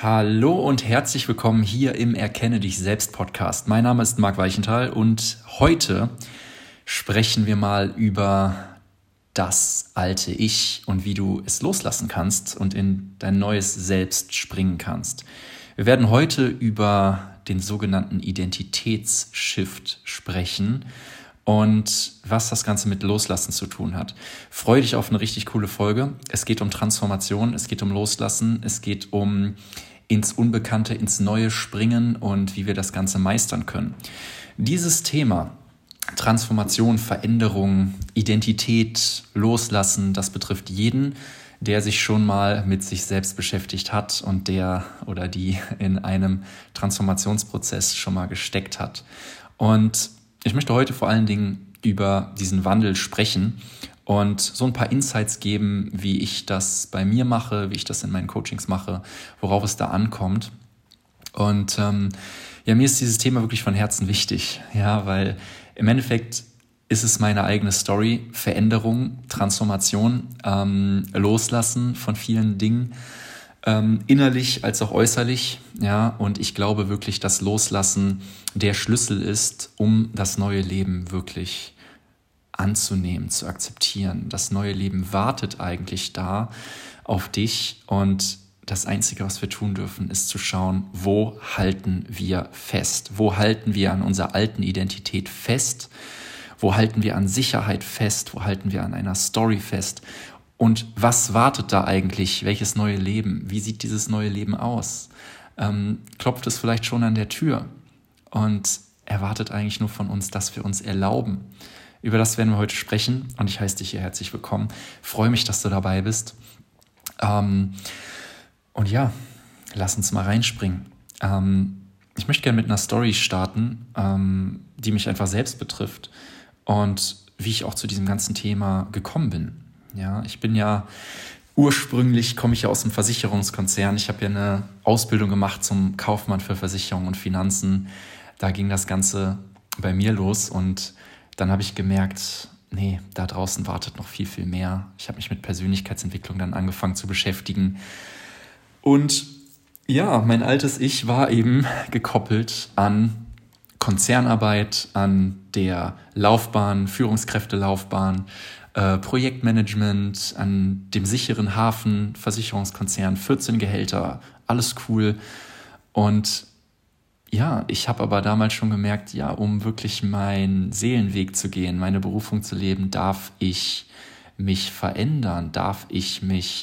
Hallo und herzlich willkommen hier im Erkenne dich selbst Podcast. Mein Name ist Marc Weichenthal und heute sprechen wir mal über das alte Ich und wie du es loslassen kannst und in dein neues Selbst springen kannst. Wir werden heute über den sogenannten Identitätsshift sprechen und was das Ganze mit Loslassen zu tun hat. Freue dich auf eine richtig coole Folge. Es geht um Transformation, es geht um Loslassen, es geht um ins Unbekannte, ins Neue springen und wie wir das Ganze meistern können. Dieses Thema Transformation, Veränderung, Identität, Loslassen, das betrifft jeden, der sich schon mal mit sich selbst beschäftigt hat und der oder die in einem Transformationsprozess schon mal gesteckt hat. Und ich möchte heute vor allen Dingen über diesen Wandel sprechen und so ein paar Insights geben, wie ich das bei mir mache, wie ich das in meinen Coachings mache, worauf es da ankommt. Und mir ist dieses Thema wirklich von Herzen wichtig, weil im Endeffekt ist es meine eigene Story, Veränderung, Transformation, Loslassen von vielen Dingen, innerlich als auch äußerlich, und ich glaube wirklich, dass Loslassen der Schlüssel ist, um das neue Leben wirklich anzunehmen, zu akzeptieren. Das neue Leben wartet eigentlich da auf dich und das Einzige, was wir tun dürfen, ist zu schauen, wo halten wir fest? Wo halten wir an unserer alten Identität fest? Wo halten wir an Sicherheit fest? Wo halten wir an einer Story fest? Und was wartet da eigentlich? Welches neue Leben? Wie sieht dieses neue Leben aus? Klopft es vielleicht schon an der Tür? Und erwartet eigentlich nur von uns, dass wir uns erlauben. Über das werden wir heute sprechen und ich heiße dich hier herzlich willkommen. Freue mich, dass du dabei bist. Lass uns mal reinspringen. Ich möchte gerne mit einer Story starten, die mich einfach selbst betrifft und wie ich auch zu diesem ganzen Thema gekommen bin. Ich bin ursprünglich komme ich aus dem Versicherungskonzern. Ich habe eine Ausbildung gemacht zum Kaufmann für Versicherung und Finanzen. Da ging das Ganze bei mir los und dann habe ich gemerkt, nee, da draußen wartet noch viel, viel mehr. Ich habe mich mit Persönlichkeitsentwicklung dann angefangen zu beschäftigen. Und mein altes Ich war eben gekoppelt an Konzernarbeit, an der Laufbahn, Führungskräftelaufbahn, Projektmanagement, an dem sicheren Hafen, Versicherungskonzern, 14 Gehälter, alles cool. Und ich habe aber damals schon gemerkt, um wirklich meinen Seelenweg zu gehen, meine Berufung zu leben, darf ich mich verändern, darf ich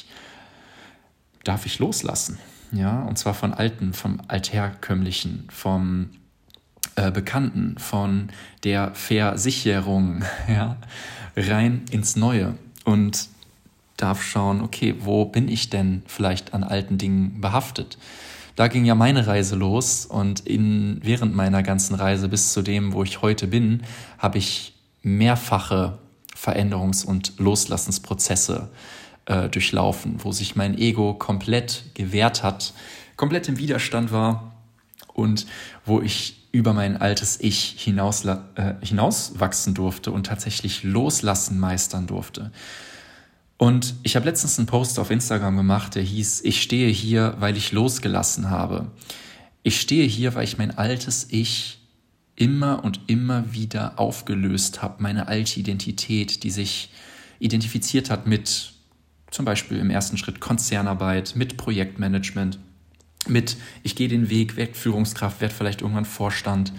loslassen. Und zwar vom Altherkömmlichen, vom Bekannten, von der Versicherung, rein ins Neue und darf schauen, okay, wo bin ich denn vielleicht an alten Dingen behaftet? Da ging meine Reise los und während meiner ganzen Reise bis zu dem, wo ich heute bin, habe ich mehrfache Veränderungs- und Loslassensprozesse durchlaufen, wo sich mein Ego komplett gewehrt hat, komplett im Widerstand war und wo ich über mein altes Ich hinauswachsen durfte und tatsächlich Loslassen meistern durfte. Und ich habe letztens einen Post auf Instagram gemacht, der hieß: Ich stehe hier, weil ich losgelassen habe. Ich stehe hier, weil ich mein altes Ich immer und immer wieder aufgelöst habe. Meine alte Identität, die sich identifiziert hat mit zum Beispiel im ersten Schritt Konzernarbeit, mit Projektmanagement, mit ich gehe den Weg weg, Führungskraft, werde vielleicht irgendwann Vorstand.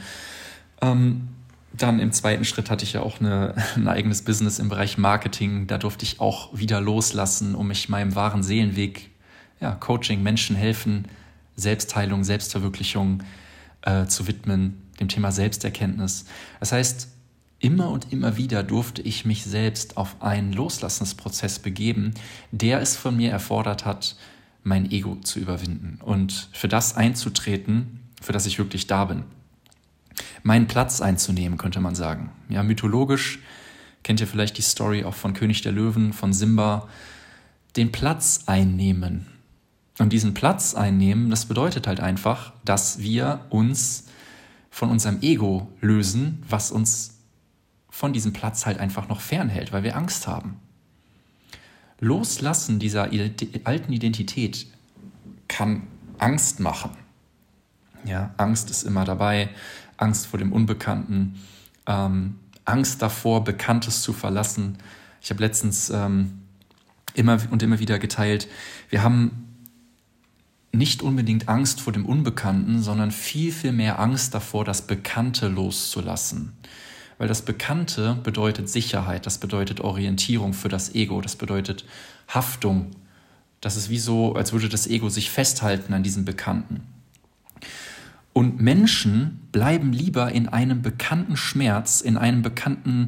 Dann im zweiten Schritt hatte ich ja auch ein eigenes Business im Bereich Marketing. Da durfte ich auch wieder loslassen, um mich meinem wahren Seelenweg, Coaching, Menschen helfen, Selbstheilung, Selbstverwirklichung zu widmen, dem Thema Selbsterkenntnis. Das heißt, immer und immer wieder durfte ich mich selbst auf einen Loslassensprozess begeben, der es von mir erfordert hat, mein Ego zu überwinden und für das einzutreten, für das ich wirklich da bin. Meinen Platz einzunehmen, könnte man sagen. Mythologisch kennt ihr vielleicht die Story auch von König der Löwen, von Simba. Den Platz einnehmen. Und diesen Platz einnehmen, das bedeutet halt einfach, dass wir uns von unserem Ego lösen, was uns von diesem Platz halt einfach noch fernhält, weil wir Angst haben. Loslassen dieser alten Identität kann Angst machen. Ja, Angst ist immer dabei, Angst vor dem Unbekannten, Angst davor, Bekanntes zu verlassen. Ich habe letztens immer wieder geteilt, wir haben nicht unbedingt Angst vor dem Unbekannten, sondern viel, viel mehr Angst davor, das Bekannte loszulassen. Weil das Bekannte bedeutet Sicherheit, das bedeutet Orientierung für das Ego, das bedeutet Haftung. Das ist wie so, als würde das Ego sich festhalten an diesem Bekannten. Und Menschen bleiben lieber in einem bekannten Schmerz, in einem bekannten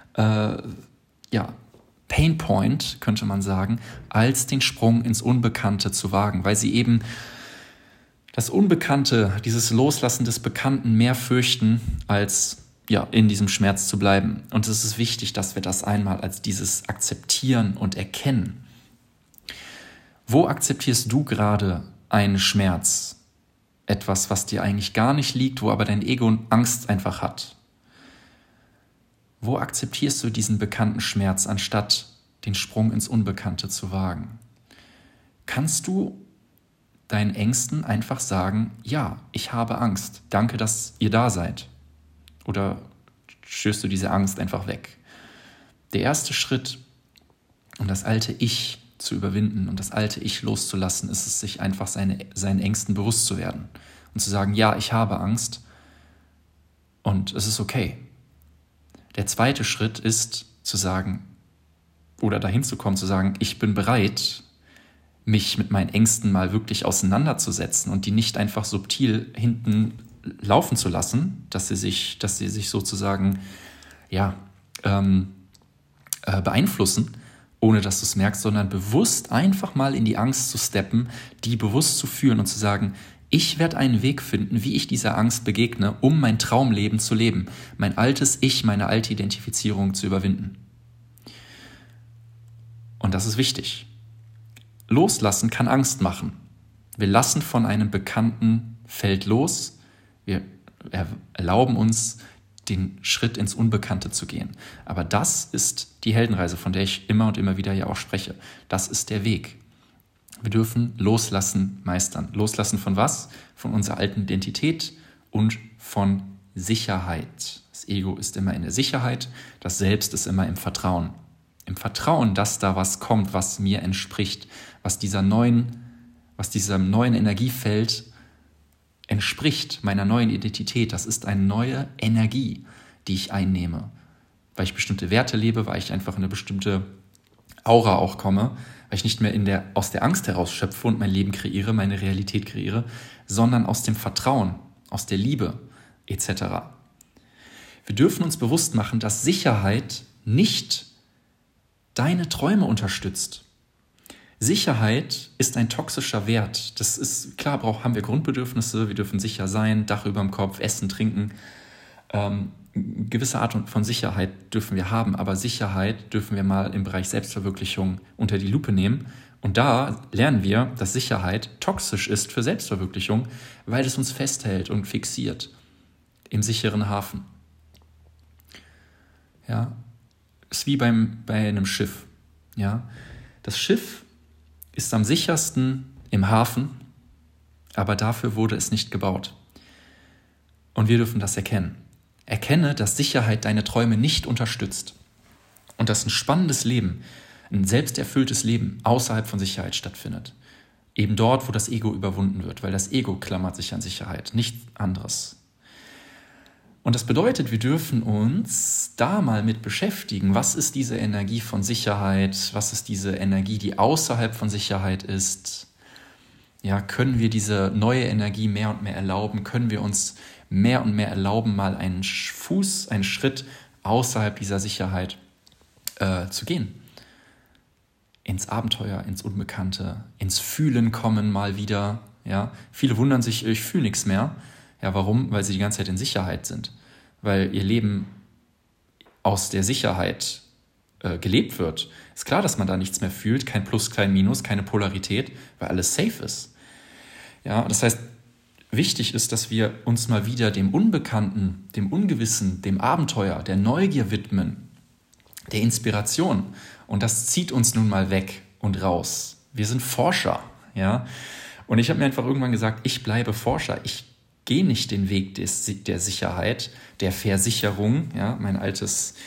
Painpoint, könnte man sagen, als den Sprung ins Unbekannte zu wagen, weil sie eben das Unbekannte, dieses Loslassen des Bekannten mehr fürchten, als in diesem Schmerz zu bleiben. Und es ist wichtig, dass wir das einmal als dieses Akzeptieren und Erkennen. Wo akzeptierst du gerade einen Schmerz? Etwas, was dir eigentlich gar nicht liegt, wo aber dein Ego Angst einfach hat. Wo akzeptierst du diesen bekannten Schmerz, anstatt den Sprung ins Unbekannte zu wagen? Kannst du deinen Ängsten einfach sagen, ja, ich habe Angst, danke, dass ihr da seid? Oder stößt du diese Angst einfach weg? Der erste Schritt, um das alte Ich zu überwinden und das alte Ich loszulassen, ist es, sich einfach seinen Ängsten bewusst zu werden und zu sagen, ja, ich habe Angst und es ist okay. Der zweite Schritt ist zu sagen, oder dahin zu kommen, zu sagen, ich bin bereit, mich mit meinen Ängsten mal wirklich auseinanderzusetzen und die nicht einfach subtil hinten laufen zu lassen, dass sie sich sozusagen beeinflussen, ohne dass du es merkst, sondern bewusst einfach mal in die Angst zu steppen, die bewusst zu führen und zu sagen, ich werde einen Weg finden, wie ich dieser Angst begegne, um mein Traumleben zu leben, mein altes Ich, meine alte Identifizierung zu überwinden. Und das ist wichtig. Loslassen kann Angst machen. Wir lassen von einem bekannten Feld los, wir erlauben uns, den Schritt ins Unbekannte zu gehen. Aber das ist die Heldenreise, von der ich immer und immer wieder ja auch spreche. Das ist der Weg. Wir dürfen Loslassen meistern. Loslassen von was? Von unserer alten Identität und von Sicherheit. Das Ego ist immer in der Sicherheit, das Selbst ist immer im Vertrauen. Im Vertrauen, dass da was kommt, was mir entspricht, was diesem neuen Energiefeld entspricht, meiner neuen Identität. Das ist eine neue Energie, die ich einnehme. Weil ich bestimmte Werte lebe, weil ich einfach in eine bestimmte Aura auch komme, weil ich nicht mehr aus der Angst heraus schöpfe und mein Leben kreiere, meine Realität kreiere, sondern aus dem Vertrauen, aus der Liebe etc. Wir dürfen uns bewusst machen, dass Sicherheit nicht deine Träume unterstützt. Sicherheit ist ein toxischer Wert. Das ist klar, haben wir Grundbedürfnisse, wir dürfen sicher sein, Dach über dem Kopf, Essen, Trinken. Gewisse Art von Sicherheit dürfen wir haben, aber Sicherheit dürfen wir mal im Bereich Selbstverwirklichung unter die Lupe nehmen. Und da lernen wir, dass Sicherheit toxisch ist für Selbstverwirklichung, weil es uns festhält und fixiert im sicheren Hafen. Ja, ist wie bei einem Schiff. Ja, das Schiff ist am sichersten im Hafen, aber dafür wurde es nicht gebaut. Und wir dürfen das erkennen. Erkenne, dass Sicherheit deine Träume nicht unterstützt und dass ein spannendes Leben, ein selbsterfülltes Leben außerhalb von Sicherheit stattfindet. Eben dort, wo das Ego überwunden wird, weil das Ego klammert sich an Sicherheit, nichts anderes. Und das bedeutet, wir dürfen uns da mal mit beschäftigen, was ist diese Energie von Sicherheit, was ist diese Energie, die außerhalb von Sicherheit ist. Ja, können wir diese neue Energie mehr und mehr erlauben, können wir uns mehr und mehr erlauben, mal einen Schritt außerhalb dieser Sicherheit zu gehen. Ins Abenteuer, ins Unbekannte, ins Fühlen kommen mal wieder. Ja, viele wundern sich, ich fühle nichts mehr. Ja, warum? Weil sie die ganze Zeit in Sicherheit sind. Weil ihr Leben aus der Sicherheit gelebt wird. Ist klar, dass man da nichts mehr fühlt, kein Plus, kein Minus, keine Polarität, weil alles safe ist. Ja, das heißt, wichtig ist, dass wir uns mal wieder dem Unbekannten, dem Ungewissen, dem Abenteuer, der Neugier widmen, der Inspiration. Und das zieht uns nun mal weg und raus. Wir sind Forscher, ja. Und ich habe mir einfach irgendwann gesagt, ich bleibe Forscher. Ich gehe nicht den Weg der Sicherheit, der Versicherung, ja, mein alter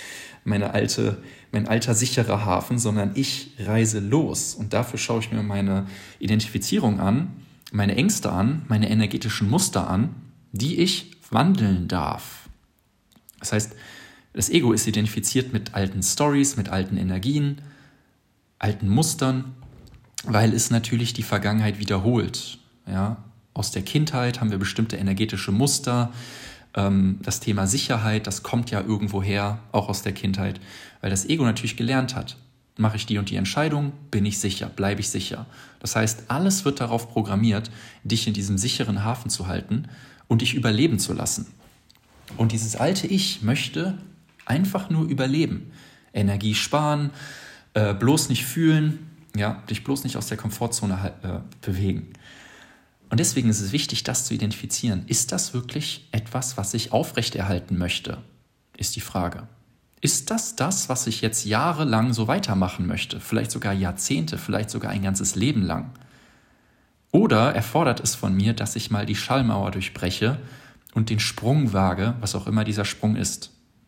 sicherer Hafen, sondern ich reise los. Und dafür schaue ich mir meine Identifizierung an, meine Ängste an, meine energetischen Muster an, die ich wandeln darf. Das heißt, das Ego ist identifiziert mit alten Stories, mit alten Energien, alten Mustern, weil es natürlich die Vergangenheit wiederholt. Ja? Aus der Kindheit haben wir bestimmte energetische Muster. Das Thema Sicherheit, das kommt ja irgendwo her, auch aus der Kindheit, weil das Ego natürlich gelernt hat. Mache ich die und die Entscheidung, bin ich sicher, bleibe ich sicher. Das heißt, alles wird darauf programmiert, dich in diesem sicheren Hafen zu halten und dich überleben zu lassen. Und dieses alte Ich möchte einfach nur überleben. Energie sparen, bloß nicht fühlen, ja, dich bloß nicht aus der Komfortzone bewegen. Und deswegen ist es wichtig, das zu identifizieren. Ist das wirklich etwas, was ich aufrechterhalten möchte? Ist die Frage. Ist das, was ich jetzt jahrelang so weitermachen möchte? Vielleicht sogar Jahrzehnte, vielleicht sogar ein ganzes Leben lang? Oder erfordert es von mir, dass ich mal die Schallmauer durchbreche und den Sprung wage, was auch immer dieser Sprung ist?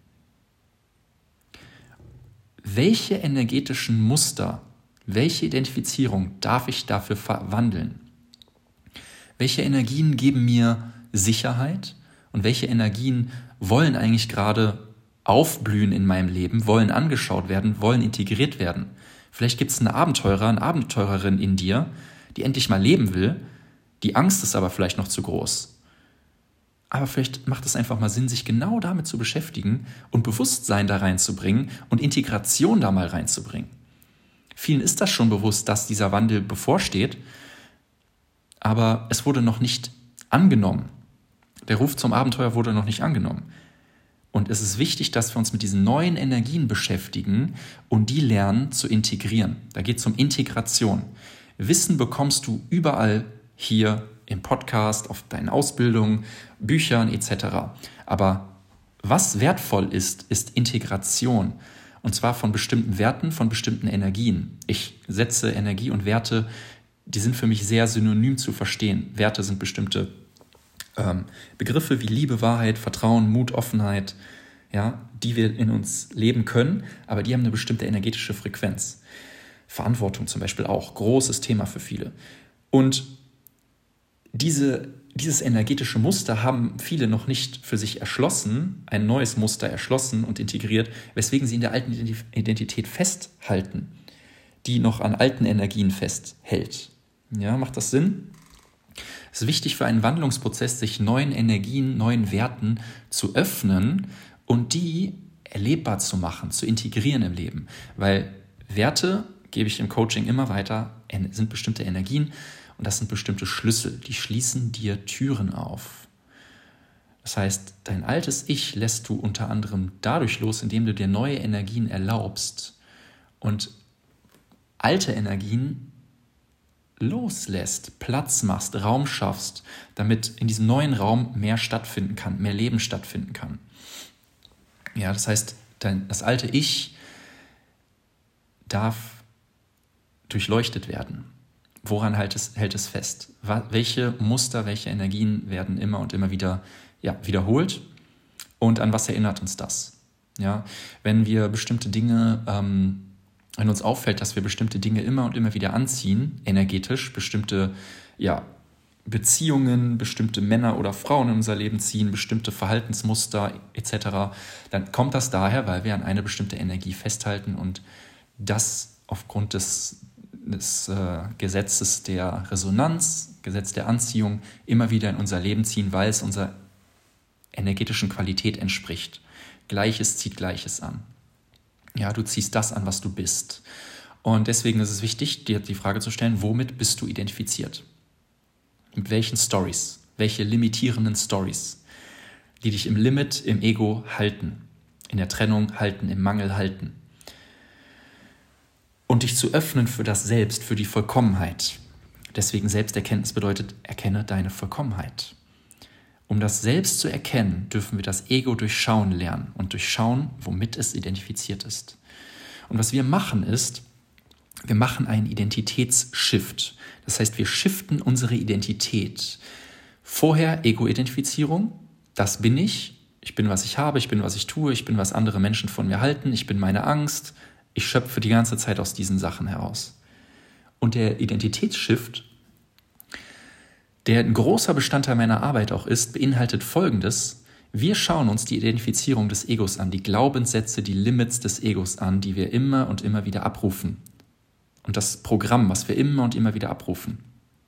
Welche energetischen Muster, welche Identifizierung darf ich dafür verwandeln? Welche Energien geben mir Sicherheit und welche Energien wollen eigentlich gerade aufblühen in meinem Leben, wollen angeschaut werden, wollen integriert werden? Vielleicht gibt es einen Abenteurer, eine Abenteurerin in dir, die endlich mal leben will, die Angst ist aber vielleicht noch zu groß. Aber vielleicht macht es einfach mal Sinn, sich genau damit zu beschäftigen und Bewusstsein da reinzubringen und Integration da mal reinzubringen. Vielen ist das schon bewusst, dass dieser Wandel bevorsteht, aber es wurde noch nicht angenommen. Der Ruf zum Abenteuer wurde noch nicht angenommen. Und es ist wichtig, dass wir uns mit diesen neuen Energien beschäftigen und die lernen zu integrieren. Da geht es um Integration. Wissen bekommst du überall hier im Podcast, auf deinen Ausbildungen, Büchern etc. Aber was wertvoll ist, ist Integration. Und zwar von bestimmten Werten, von bestimmten Energien. Ich setze Energie und Werte, die sind für mich sehr synonym zu verstehen. Werte sind bestimmte Begriffe wie Liebe, Wahrheit, Vertrauen, Mut, Offenheit, ja, die wir in uns leben können, aber die haben eine bestimmte energetische Frequenz. Verantwortung zum Beispiel auch, großes Thema für viele. Und dieses energetische Muster haben viele noch nicht für sich erschlossen, ein neues Muster erschlossen und integriert, weswegen sie in der alten Identität festhalten, die noch an alten Energien festhält. Ja, macht das Sinn? Es ist wichtig für einen Wandlungsprozess, sich neuen Energien, neuen Werten zu öffnen und die erlebbar zu machen, zu integrieren im Leben. Weil Werte, gebe ich im Coaching immer weiter, sind bestimmte Energien und das sind bestimmte Schlüssel, die schließen dir Türen auf. Das heißt, dein altes Ich lässt du unter anderem dadurch los, indem du dir neue Energien erlaubst und alte Energien loslässt, Platz machst, Raum schaffst, damit in diesem neuen Raum mehr stattfinden kann, mehr Leben stattfinden kann. Ja, das heißt, das alte Ich darf durchleuchtet werden. Woran hält es fest? Welche Muster, welche Energien werden immer und immer wieder wiederholt? Und an was erinnert uns das? Ja, wenn wir bestimmte Dinge wenn uns auffällt, dass wir bestimmte Dinge immer und immer wieder anziehen, energetisch, bestimmte Beziehungen, bestimmte Männer oder Frauen in unser Leben ziehen, bestimmte Verhaltensmuster etc., dann kommt das daher, weil wir an eine bestimmte Energie festhalten und das aufgrund des Gesetzes der Resonanz, Gesetz der Anziehung, immer wieder in unser Leben ziehen, weil es unserer energetischen Qualität entspricht. Gleiches zieht Gleiches an. Ja, du ziehst das an, was du bist. Und deswegen ist es wichtig, dir die Frage zu stellen, womit bist du identifiziert? Mit welchen Stories? Welche limitierenden Stories, die dich im Limit, im Ego halten, in der Trennung halten, im Mangel halten? Und dich zu öffnen für das Selbst, für die Vollkommenheit. Deswegen Selbsterkenntnis bedeutet, erkenne deine Vollkommenheit. Um das Selbst zu erkennen, dürfen wir das Ego durchschauen lernen und durchschauen, womit es identifiziert ist. Und was wir machen ist, wir machen einen Identitätsshift. Das heißt, wir shiften unsere Identität. Vorher Ego-Identifizierung, das bin ich. Ich bin, was ich habe, ich bin, was ich tue, ich bin, was andere Menschen von mir halten, ich bin meine Angst. Ich schöpfe die ganze Zeit aus diesen Sachen heraus. Und der Identitätsshift, der ein großer Bestandteil meiner Arbeit auch ist, beinhaltet Folgendes. Wir schauen uns die Identifizierung des Egos an, die Glaubenssätze, die Limits des Egos an, die wir immer und immer wieder abrufen. Und das Programm, was wir immer und immer wieder abrufen.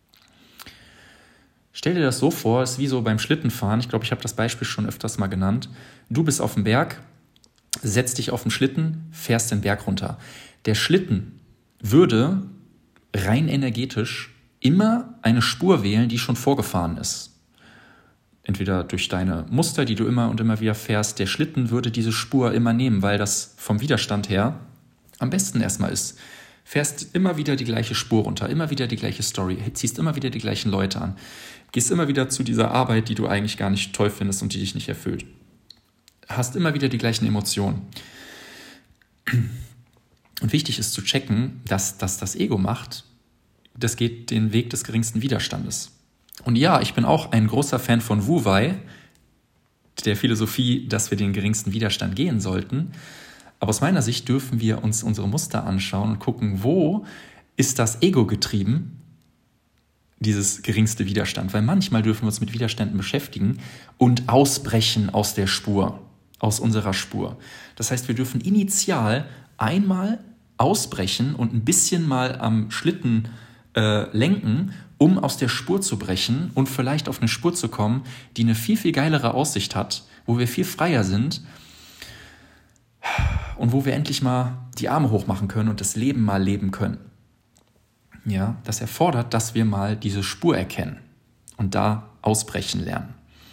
Stell dir das so vor, es ist wie so beim Schlittenfahren. Ich glaube, ich habe das Beispiel schon öfters mal genannt. Du bist auf dem Berg, setzt dich auf den Schlitten, fährst den Berg runter. Der Schlitten würde rein energetisch immer eine Spur wählen, die schon vorgefahren ist. Entweder durch deine Muster, die du immer und immer wieder fährst. Der Schlitten würde diese Spur immer nehmen, weil das vom Widerstand her am besten erstmal ist. Fährst immer wieder die gleiche Spur runter, immer wieder die gleiche Story, ziehst immer wieder die gleichen Leute an, gehst immer wieder zu dieser Arbeit, die du eigentlich gar nicht toll findest und die dich nicht erfüllt. Hast immer wieder die gleichen Emotionen. Und wichtig ist zu checken, dass das Ego macht, das geht den Weg des geringsten Widerstandes. Und ja, ich bin auch ein großer Fan von Wu Wei, der Philosophie, dass wir den geringsten Widerstand gehen sollten. Aber aus meiner Sicht dürfen wir uns unsere Muster anschauen und gucken, wo ist das Ego getrieben, dieses geringste Widerstand. Weil manchmal dürfen wir uns mit Widerständen beschäftigen und ausbrechen aus der Spur, aus unserer Spur. Das heißt, wir dürfen initial einmal ausbrechen und ein bisschen mal am Schlitten lenken, um aus der Spur zu brechen und vielleicht auf eine Spur zu kommen, die eine viel, viel geilere Aussicht hat, wo wir viel freier sind und wo wir endlich mal die Arme hochmachen können und das Leben mal leben können. Ja, das erfordert, dass wir mal diese Spur erkennen und da ausbrechen lernen.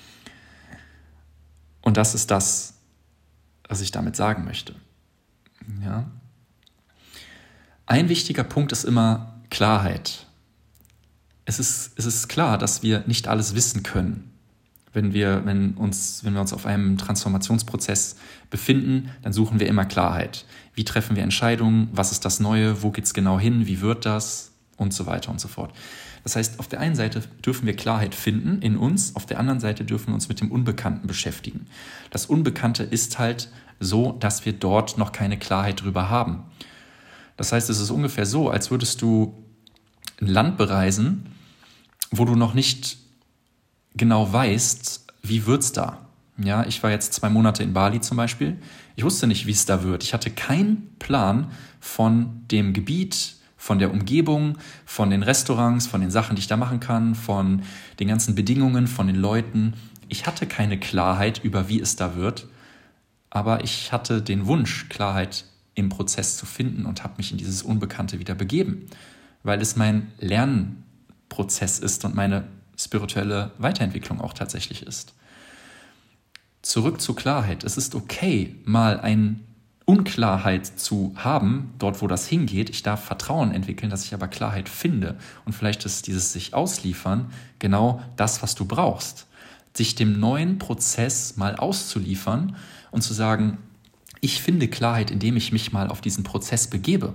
Und das ist das, was ich damit sagen möchte. Ja. Ein wichtiger Punkt ist immer Klarheit. Es ist klar, dass wir nicht alles wissen können. Wenn wir uns auf einem Transformationsprozess befinden, dann suchen wir immer Klarheit. Wie treffen wir Entscheidungen? Was ist das Neue? Wo geht es genau hin? Wie wird das? Und so weiter und so fort. Das heißt, auf der einen Seite dürfen wir Klarheit finden in uns, auf der anderen Seite dürfen wir uns mit dem Unbekannten beschäftigen. Das Unbekannte ist halt so, dass wir dort noch keine Klarheit drüber haben. Das heißt, es ist ungefähr so, als würdest du ein Land bereisen, wo du noch nicht genau weißt, wie wird's da. Ja, ich war jetzt 2 Monate in Bali zum Beispiel. Ich wusste nicht, wie es da wird. Ich hatte keinen Plan von dem Gebiet, von der Umgebung, von den Restaurants, von den Sachen, die ich da machen kann, von den ganzen Bedingungen, von den Leuten. Ich hatte keine Klarheit über, wie es da wird, aber ich hatte den Wunsch, Klarheit im Prozess zu finden und habe mich in dieses Unbekannte wieder begeben, weil es mein Lernprozess ist und meine spirituelle Weiterentwicklung auch tatsächlich ist. Zurück zur Klarheit. Es ist okay, mal eine Unklarheit zu haben, dort wo das hingeht. Ich darf Vertrauen entwickeln, dass ich aber Klarheit finde. Und vielleicht ist dieses sich ausliefern genau das, was du brauchst. Sich dem neuen Prozess mal auszuliefern und zu sagen, ich finde Klarheit, indem ich mich mal auf diesen Prozess begebe.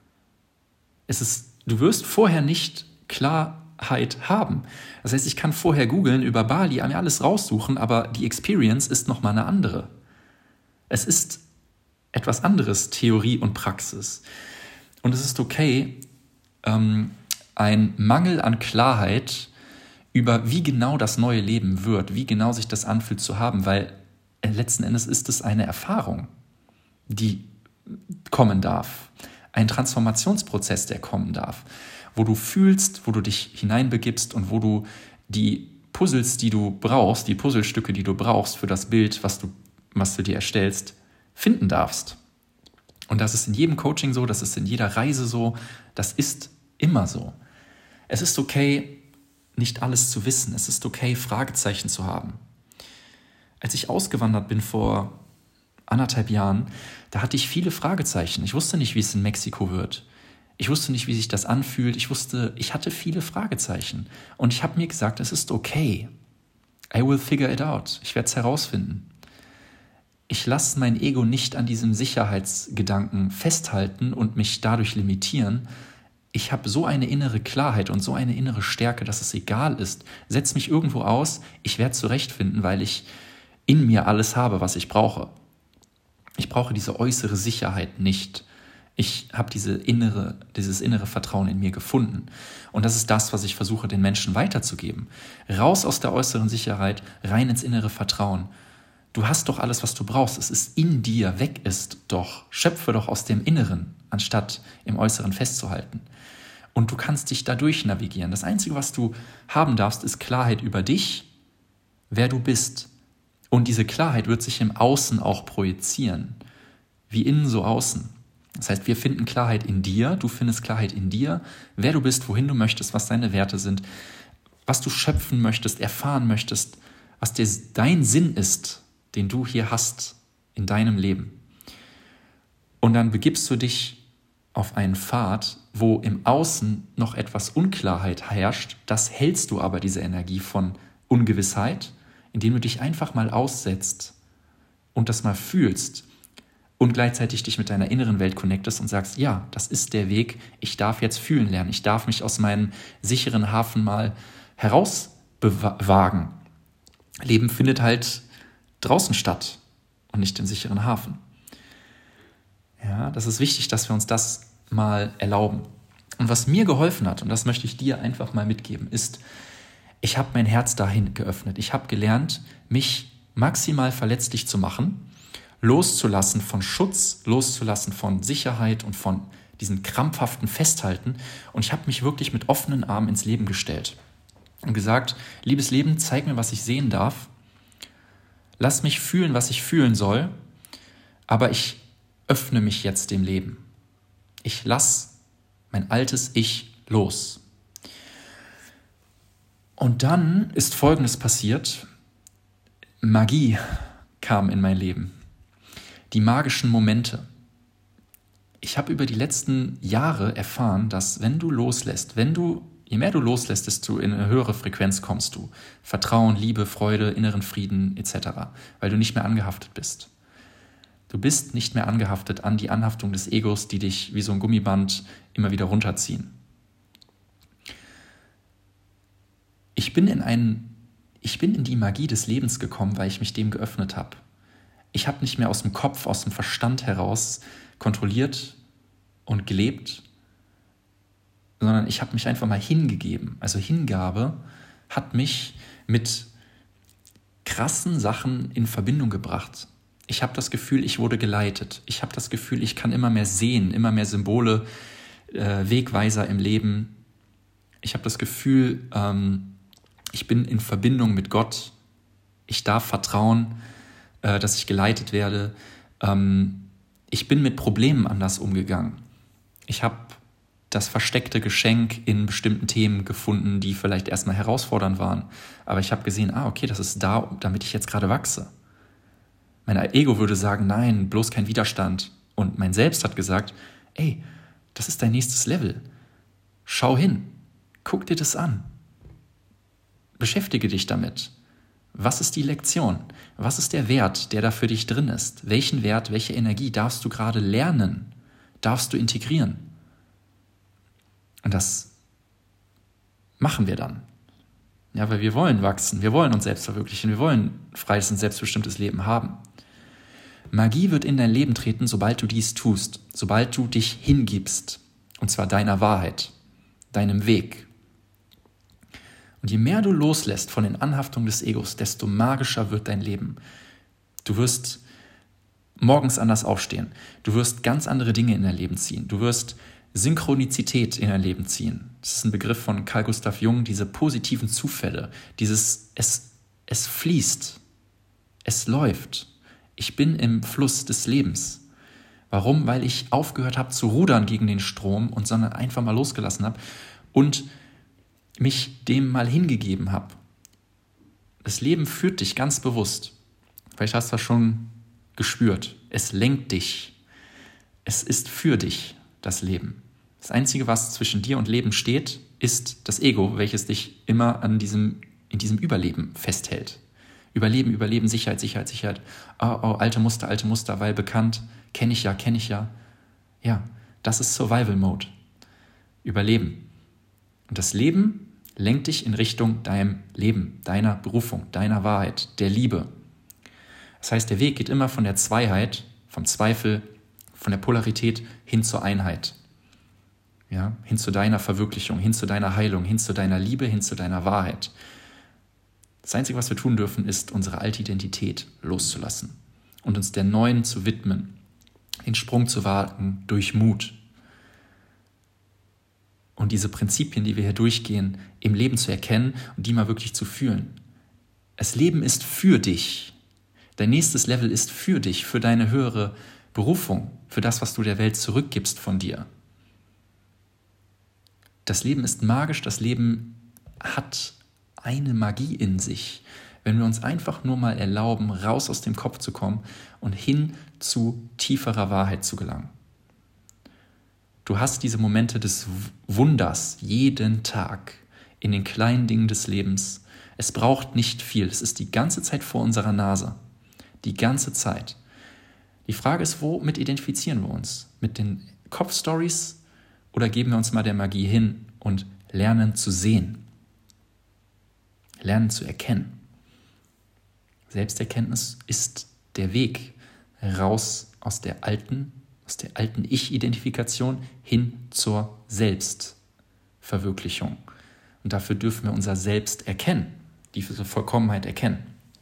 Du wirst vorher nicht Klarheit haben. Das heißt, ich kann vorher googeln über Bali, mir alles raussuchen, aber die Experience ist nochmal eine andere. Es ist etwas anderes, Theorie und Praxis. Und es ist okay, ein Mangel an Klarheit über wie genau das neue Leben wird, wie genau sich das anfühlt zu haben, weil letzten Endes ist es eine Erfahrung, die kommen darf. Ein Transformationsprozess, der kommen darf, wo du fühlst, wo du dich hineinbegibst und wo du die Puzzles, die du brauchst, die Puzzlestücke, die du brauchst für das Bild, was du dir erstellst, finden darfst. Und das ist in jedem Coaching so, das ist in jeder Reise so, das ist immer so. Es ist okay, nicht alles zu wissen. Es ist okay, Fragezeichen zu haben. Als ich ausgewandert bin vor 1,5 Jahren, da hatte ich viele Fragezeichen. Ich wusste nicht, wie es in Mexiko wird. Ich wusste nicht, wie sich das anfühlt. Ich hatte viele Fragezeichen. Und ich habe mir gesagt, es ist okay. I will figure it out. Ich werde es herausfinden. Ich lasse mein Ego nicht an diesem Sicherheitsgedanken festhalten und mich dadurch limitieren. Ich habe so eine innere Klarheit und so eine innere Stärke, dass es egal ist. Setz mich irgendwo aus, ich werde zurechtfinden, weil ich in mir alles habe, was ich brauche. Ich brauche diese äußere Sicherheit nicht. Ich habe dieses innere Vertrauen in mir gefunden. Und das ist das, was ich versuche, den Menschen weiterzugeben. Raus aus der äußeren Sicherheit, rein ins innere Vertrauen. Du hast doch alles, was du brauchst. Es ist in dir, weg ist doch. Schöpfe doch aus dem Inneren, anstatt im Äußeren festzuhalten. Und du kannst dich dadurch navigieren. Das Einzige, was du haben darfst, ist Klarheit über dich, wer du bist. Und diese Klarheit wird sich im Außen auch projizieren. Wie innen, so außen. Das heißt, wir finden Klarheit in dir, du findest Klarheit in dir, wer du bist, wohin du möchtest, was deine Werte sind, was du schöpfen möchtest, erfahren möchtest, was dein Sinn ist, den du hier hast in deinem Leben. Und dann begibst du dich auf einen Pfad, wo im Außen noch etwas Unklarheit herrscht. Das hältst du aber, diese Energie von Ungewissheit, indem du dich einfach mal aussetzt und das mal fühlst und gleichzeitig dich mit deiner inneren Welt connectest und sagst, ja, das ist der Weg, ich darf jetzt fühlen lernen, ich darf mich aus meinem sicheren Hafen mal herauswagen. Leben findet halt draußen statt und nicht im sicheren Hafen. Ja, das ist wichtig, dass wir uns das mal erlauben. Und was mir geholfen hat, und das möchte ich dir einfach mal mitgeben, ist, ich habe mein Herz dahin geöffnet. Ich habe gelernt, mich maximal verletzlich zu machen, loszulassen von Schutz, loszulassen von Sicherheit und von diesem krampfhaften Festhalten. Und ich habe mich wirklich mit offenen Armen ins Leben gestellt und gesagt, liebes Leben, zeig mir, was ich sehen darf. Lass mich fühlen, was ich fühlen soll, aber ich öffne mich jetzt dem Leben. Ich lasse mein altes Ich los. Und dann ist Folgendes passiert. Magie kam in mein Leben. Die magischen Momente. Ich habe über die letzten Jahre erfahren, dass wenn du loslässt, je mehr du loslässt, desto in eine höhere Frequenz kommst du. Vertrauen, Liebe, Freude, inneren Frieden etc., weil du nicht mehr angehaftet bist. Du bist nicht mehr angehaftet an die Anhaftung des Egos, die dich wie so ein Gummiband immer wieder runterziehen. Ich bin in die Magie des Lebens gekommen, weil ich mich dem geöffnet habe. Ich habe nicht mehr aus dem Kopf, aus dem Verstand heraus kontrolliert und gelebt, sondern ich habe mich einfach mal hingegeben. Also Hingabe hat mich mit krassen Sachen in Verbindung gebracht. Ich habe das Gefühl, ich wurde geleitet. Ich habe das Gefühl, ich kann immer mehr sehen, immer mehr Symbole, Wegweiser im Leben. Ich habe das Gefühl, ich bin in Verbindung mit Gott. Ich darf vertrauen, dass ich geleitet werde. Ich bin mit Problemen anders umgegangen. Ich habe das versteckte Geschenk in bestimmten Themen gefunden, die vielleicht erstmal herausfordernd waren. Aber ich habe gesehen, okay, das ist da, damit ich jetzt gerade wachse. Mein Ego würde sagen, nein, bloß kein Widerstand. Und mein Selbst hat gesagt, ey, das ist dein nächstes Level. Schau hin, guck dir das an. Beschäftige dich damit. Was ist die Lektion? Was ist der Wert, der da für dich drin ist? Welchen Wert, welche Energie darfst du gerade lernen? Darfst du integrieren? Und das machen wir dann. Ja, weil wir wollen wachsen, wir wollen uns selbst verwirklichen, wir wollen ein freies und selbstbestimmtes Leben haben. Magie wird in dein Leben treten, sobald du dies tust, sobald du dich hingibst, und zwar deiner Wahrheit, deinem Weg. Und je mehr du loslässt von den Anhaftungen des Egos, desto magischer wird dein Leben. Du wirst morgens anders aufstehen, du wirst ganz andere Dinge in dein Leben ziehen, du wirst Synchronizität in dein Leben ziehen. Das ist ein Begriff von Carl Gustav Jung, diese positiven Zufälle, dieses es fließt, es läuft. Ich bin im Fluss des Lebens. Warum? Weil ich aufgehört habe zu rudern gegen den Strom sondern einfach mal losgelassen habe und mich dem mal hingegeben habe. Das Leben führt dich ganz bewusst. Vielleicht hast du das schon gespürt. Es lenkt dich. Es ist für dich, das Leben. Das Einzige, was zwischen dir und Leben steht, ist das Ego, welches dich immer in diesem Überleben festhält. Überleben, Überleben, Sicherheit, Sicherheit, Sicherheit. Oh, alte Muster, weil bekannt. Kenne ich ja. Ja, das ist Survival Mode. Überleben. Und das Leben lenkt dich in Richtung deinem Leben, deiner Berufung, deiner Wahrheit, der Liebe. Das heißt, der Weg geht immer von der Zweiheit, vom Zweifel, von der Polarität hin zur Einheit. Ja, hin zu deiner Verwirklichung, hin zu deiner Heilung, hin zu deiner Liebe, hin zu deiner Wahrheit. Das Einzige, was wir tun dürfen, ist, unsere alte Identität loszulassen und uns der neuen zu widmen, den Sprung zu wagen durch Mut. Und diese Prinzipien, die wir hier durchgehen, im Leben zu erkennen und die mal wirklich zu fühlen. Das Leben ist für dich. Dein nächstes Level ist für dich, für deine höhere Berufung, für das, was du der Welt zurückgibst von dir. Das Leben ist magisch, das Leben hat eine Magie in sich, wenn wir uns einfach nur mal erlauben, raus aus dem Kopf zu kommen und hin zu tieferer Wahrheit zu gelangen. Du hast diese Momente des Wunders jeden Tag in den kleinen Dingen des Lebens. Es braucht nicht viel, es ist die ganze Zeit vor unserer Nase. Die ganze Zeit. Die Frage ist, womit identifizieren wir uns? Mit den Kopfstories oder geben wir uns mal der Magie hin und lernen zu sehen? Lernen zu erkennen. Selbsterkenntnis ist der Weg raus aus der alten Ich-Identifikation hin zur Selbstverwirklichung. Und dafür dürfen wir unser Selbst erkennen, diese Vollkommenheit erkennen.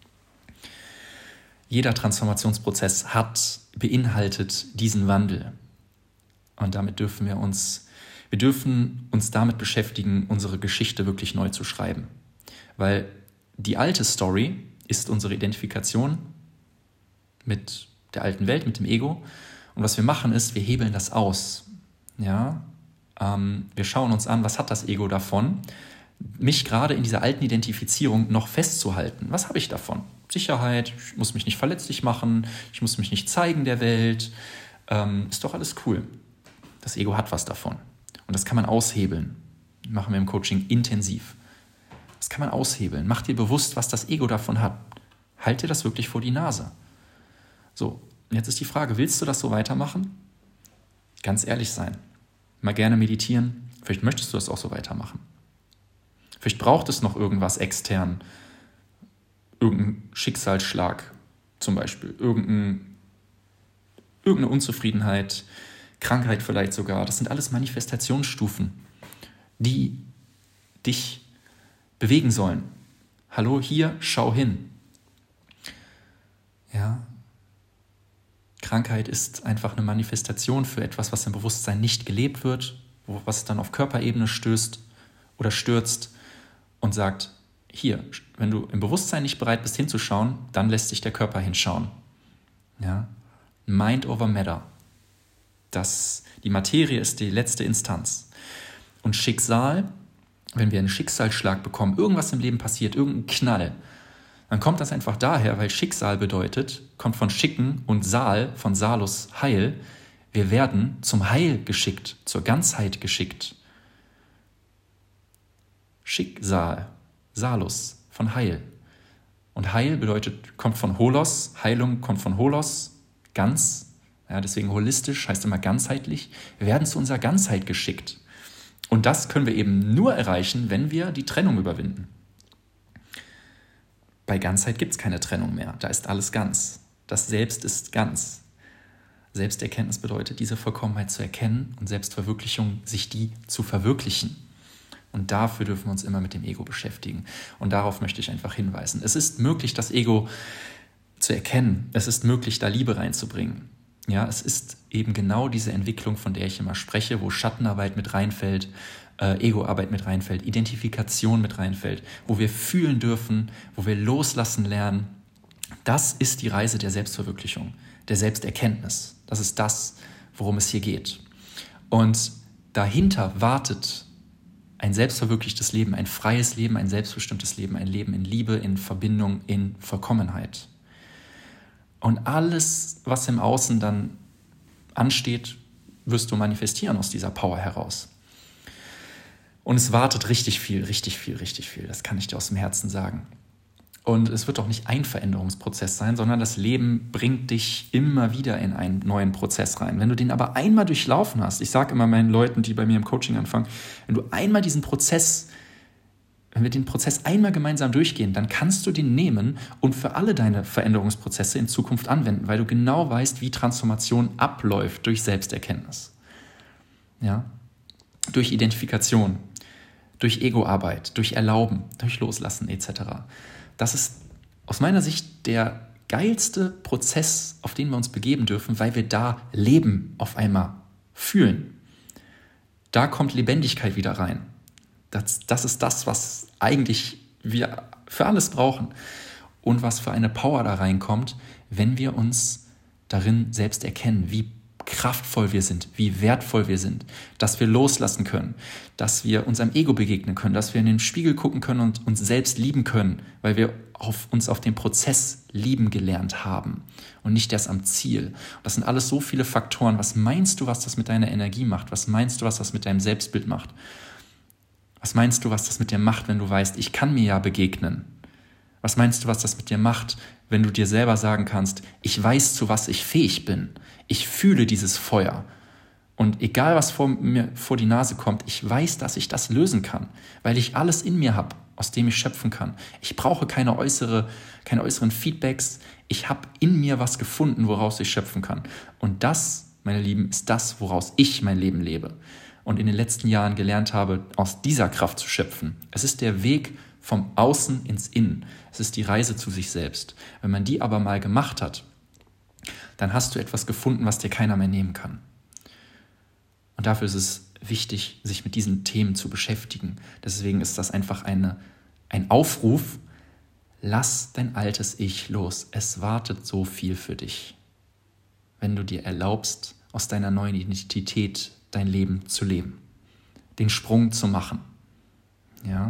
Jeder Transformationsprozess beinhaltet diesen Wandel. Und damit dürfen wir uns damit beschäftigen, unsere Geschichte wirklich neu zu schreiben. Weil die alte Story ist unsere Identifikation mit der alten Welt, mit dem Ego. Und was wir machen ist, wir hebeln das aus. Ja? Wir schauen uns an, was hat das Ego davon, mich gerade in dieser alten Identifizierung noch festzuhalten. Was habe ich davon? Sicherheit, ich muss mich nicht verletzlich machen, ich muss mich nicht zeigen der Welt. Ist doch alles cool. Das Ego hat was davon. Und das kann man aushebeln. Das machen wir im Coaching intensiv. Das kann man aushebeln. Mach dir bewusst, was das Ego davon hat. Halt dir das wirklich vor die Nase. So, jetzt ist die Frage, willst du das so weitermachen? Ganz ehrlich sein. Mal gerne meditieren. Vielleicht möchtest du das auch so weitermachen. Vielleicht braucht es noch irgendwas extern. Irgendein Schicksalsschlag zum Beispiel. Irgendeine Unzufriedenheit, Krankheit vielleicht sogar. Das sind alles Manifestationsstufen, die dich bewegen sollen. Hallo, hier, schau hin. Ja. Krankheit ist einfach eine Manifestation für etwas, was im Bewusstsein nicht gelebt wird, was dann auf Körperebene stößt oder stürzt und sagt, hier, wenn du im Bewusstsein nicht bereit bist hinzuschauen, dann lässt sich der Körper hinschauen. Ja? Mind over Matter. Die Materie ist die letzte Instanz. Und Schicksal, wenn wir einen Schicksalsschlag bekommen, irgendwas im Leben passiert, irgendein Knall, dann kommt das einfach daher, weil Schicksal kommt von Schicken und Saal, von Salus, Heil. Wir werden zum Heil geschickt, zur Ganzheit geschickt. Schicksal, Salus, von Heil. Und Heil kommt von Holos, Heilung kommt von Holos, ganz. Ja, deswegen holistisch, heißt immer ganzheitlich. Wir werden zu unserer Ganzheit geschickt. Und das können wir eben nur erreichen, wenn wir die Trennung überwinden. Bei Ganzheit gibt es keine Trennung mehr. Da ist alles ganz. Das Selbst ist ganz. Selbsterkenntnis bedeutet, diese Vollkommenheit zu erkennen und Selbstverwirklichung, sich die zu verwirklichen. Und dafür dürfen wir uns immer mit dem Ego beschäftigen. Und darauf möchte ich einfach hinweisen. Es ist möglich, das Ego zu erkennen. Es ist möglich, da Liebe reinzubringen. Ja, es ist eben genau diese Entwicklung, von der ich immer spreche, wo Schattenarbeit mit reinfällt, Egoarbeit mit reinfällt, Identifikation mit reinfällt, wo wir fühlen dürfen, wo wir loslassen lernen. Das ist die Reise der Selbstverwirklichung, der Selbsterkenntnis. Das ist das, worum es hier geht. Und dahinter wartet ein selbstverwirklichtes Leben, ein freies Leben, ein selbstbestimmtes Leben, ein Leben in Liebe, in Verbindung, in Vollkommenheit. Und alles, was im Außen dann ansteht, wirst du manifestieren aus dieser Power heraus. Und es wartet richtig viel. Das kann ich dir aus dem Herzen sagen. Und es wird auch nicht ein Veränderungsprozess sein, sondern das Leben bringt dich immer wieder in einen neuen Prozess rein. Wenn du den aber einmal durchlaufen hast, ich sage immer meinen Leuten, die bei mir im Coaching anfangen, wenn wir den Prozess einmal gemeinsam durchgehen, dann kannst du den nehmen und für alle deine Veränderungsprozesse in Zukunft anwenden, weil du genau weißt, wie Transformation abläuft durch Selbsterkenntnis. Ja? Durch Identifikation, durch Egoarbeit, durch Erlauben, durch Loslassen etc. Das ist aus meiner Sicht der geilste Prozess, auf den wir uns begeben dürfen, weil wir da Leben auf einmal fühlen. Da kommt Lebendigkeit wieder rein. Das ist das, was eigentlich wir für alles brauchen und was für eine Power da reinkommt, wenn wir uns darin selbst erkennen, wie kraftvoll wir sind, wie wertvoll wir sind, dass wir loslassen können, dass wir unserem Ego begegnen können, dass wir in den Spiegel gucken können und uns selbst lieben können, weil wir uns auf den Prozess lieben gelernt haben und nicht erst am Ziel. Das sind alles so viele Faktoren. Was meinst du, was das mit deiner Energie macht? Was meinst du, was das mit deinem Selbstbild macht? Was meinst du, was das mit dir macht, wenn du weißt, ich kann mir ja begegnen? Was meinst du, was das mit dir macht, wenn du dir selber sagen kannst, ich weiß, zu was ich fähig bin? Ich fühle dieses Feuer. Und egal, was mir vor die Nase kommt, ich weiß, dass ich das lösen kann, weil ich alles in mir habe, aus dem ich schöpfen kann. Ich brauche keine äußeren Feedbacks. Ich habe in mir was gefunden, woraus ich schöpfen kann. Und das, meine Lieben, ist das, woraus ich mein Leben lebe. Und in den letzten Jahren gelernt habe, aus dieser Kraft zu schöpfen. Es ist der Weg vom Außen ins Innen. Es ist die Reise zu sich selbst. Wenn man die aber mal gemacht hat, dann hast du etwas gefunden, was dir keiner mehr nehmen kann. Und dafür ist es wichtig, sich mit diesen Themen zu beschäftigen. Deswegen ist das einfach ein Aufruf, lass dein altes Ich los. Es wartet so viel für dich, wenn du dir erlaubst, aus deiner neuen Identität dein Leben zu leben, den Sprung zu machen. Ja?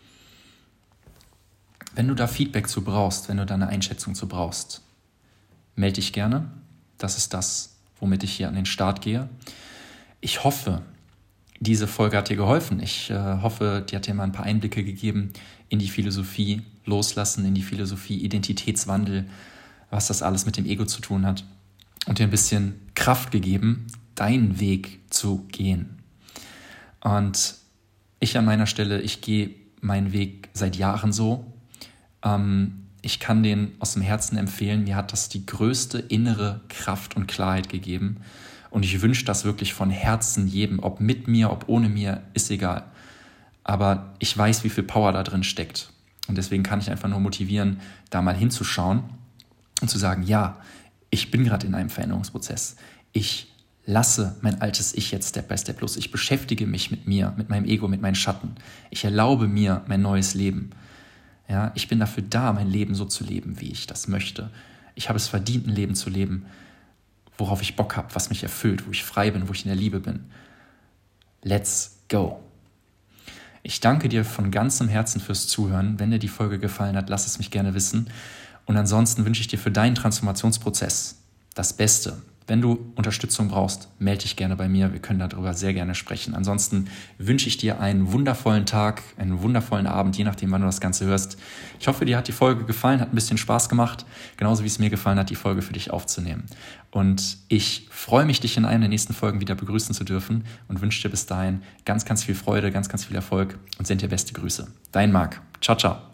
Wenn du da Feedback zu brauchst, wenn du da eine Einschätzung zu brauchst, melde dich gerne. Das ist das, womit ich hier an den Start gehe. Ich hoffe, diese Folge hat dir geholfen. Ich hoffe, die hat dir mal ein paar Einblicke gegeben in die Philosophie Loslassen, in die Philosophie Identitätswandel, was das alles mit dem Ego zu tun hat und dir ein bisschen Kraft gegeben, deinen Weg zu gehen. Und ich an meiner Stelle, ich gehe meinen Weg seit Jahren so. Ich kann den aus dem Herzen empfehlen. Mir hat das die größte innere Kraft und Klarheit gegeben. Und ich wünsche das wirklich von Herzen jedem, ob mit mir, ob ohne mir, ist egal. Aber ich weiß, wie viel Power da drin steckt. Und deswegen kann ich einfach nur motivieren, da mal hinzuschauen und zu sagen, ja, ich bin gerade in einem Veränderungsprozess. Ich lasse mein altes Ich jetzt Step by Step los. Ich beschäftige mich mit mir, mit meinem Ego, mit meinen Schatten. Ich erlaube mir mein neues Leben. Ja, ich bin dafür da, mein Leben so zu leben, wie ich das möchte. Ich habe es verdient, ein Leben zu leben, worauf ich Bock habe, was mich erfüllt, wo ich frei bin, wo ich in der Liebe bin. Let's go! Ich danke dir von ganzem Herzen fürs Zuhören. Wenn dir die Folge gefallen hat, lass es mich gerne wissen. Und ansonsten wünsche ich dir für deinen Transformationsprozess das Beste. Wenn du Unterstützung brauchst, melde dich gerne bei mir. Wir können darüber sehr gerne sprechen. Ansonsten wünsche ich dir einen wundervollen Tag, einen wundervollen Abend, je nachdem, wann du das Ganze hörst. Ich hoffe, dir hat die Folge gefallen, hat ein bisschen Spaß gemacht, genauso wie es mir gefallen hat, die Folge für dich aufzunehmen. Und ich freue mich, dich in einer der nächsten Folgen wieder begrüßen zu dürfen und wünsche dir bis dahin ganz, ganz viel Freude, ganz, ganz viel Erfolg und sende dir beste Grüße. Dein Marc. Ciao, ciao.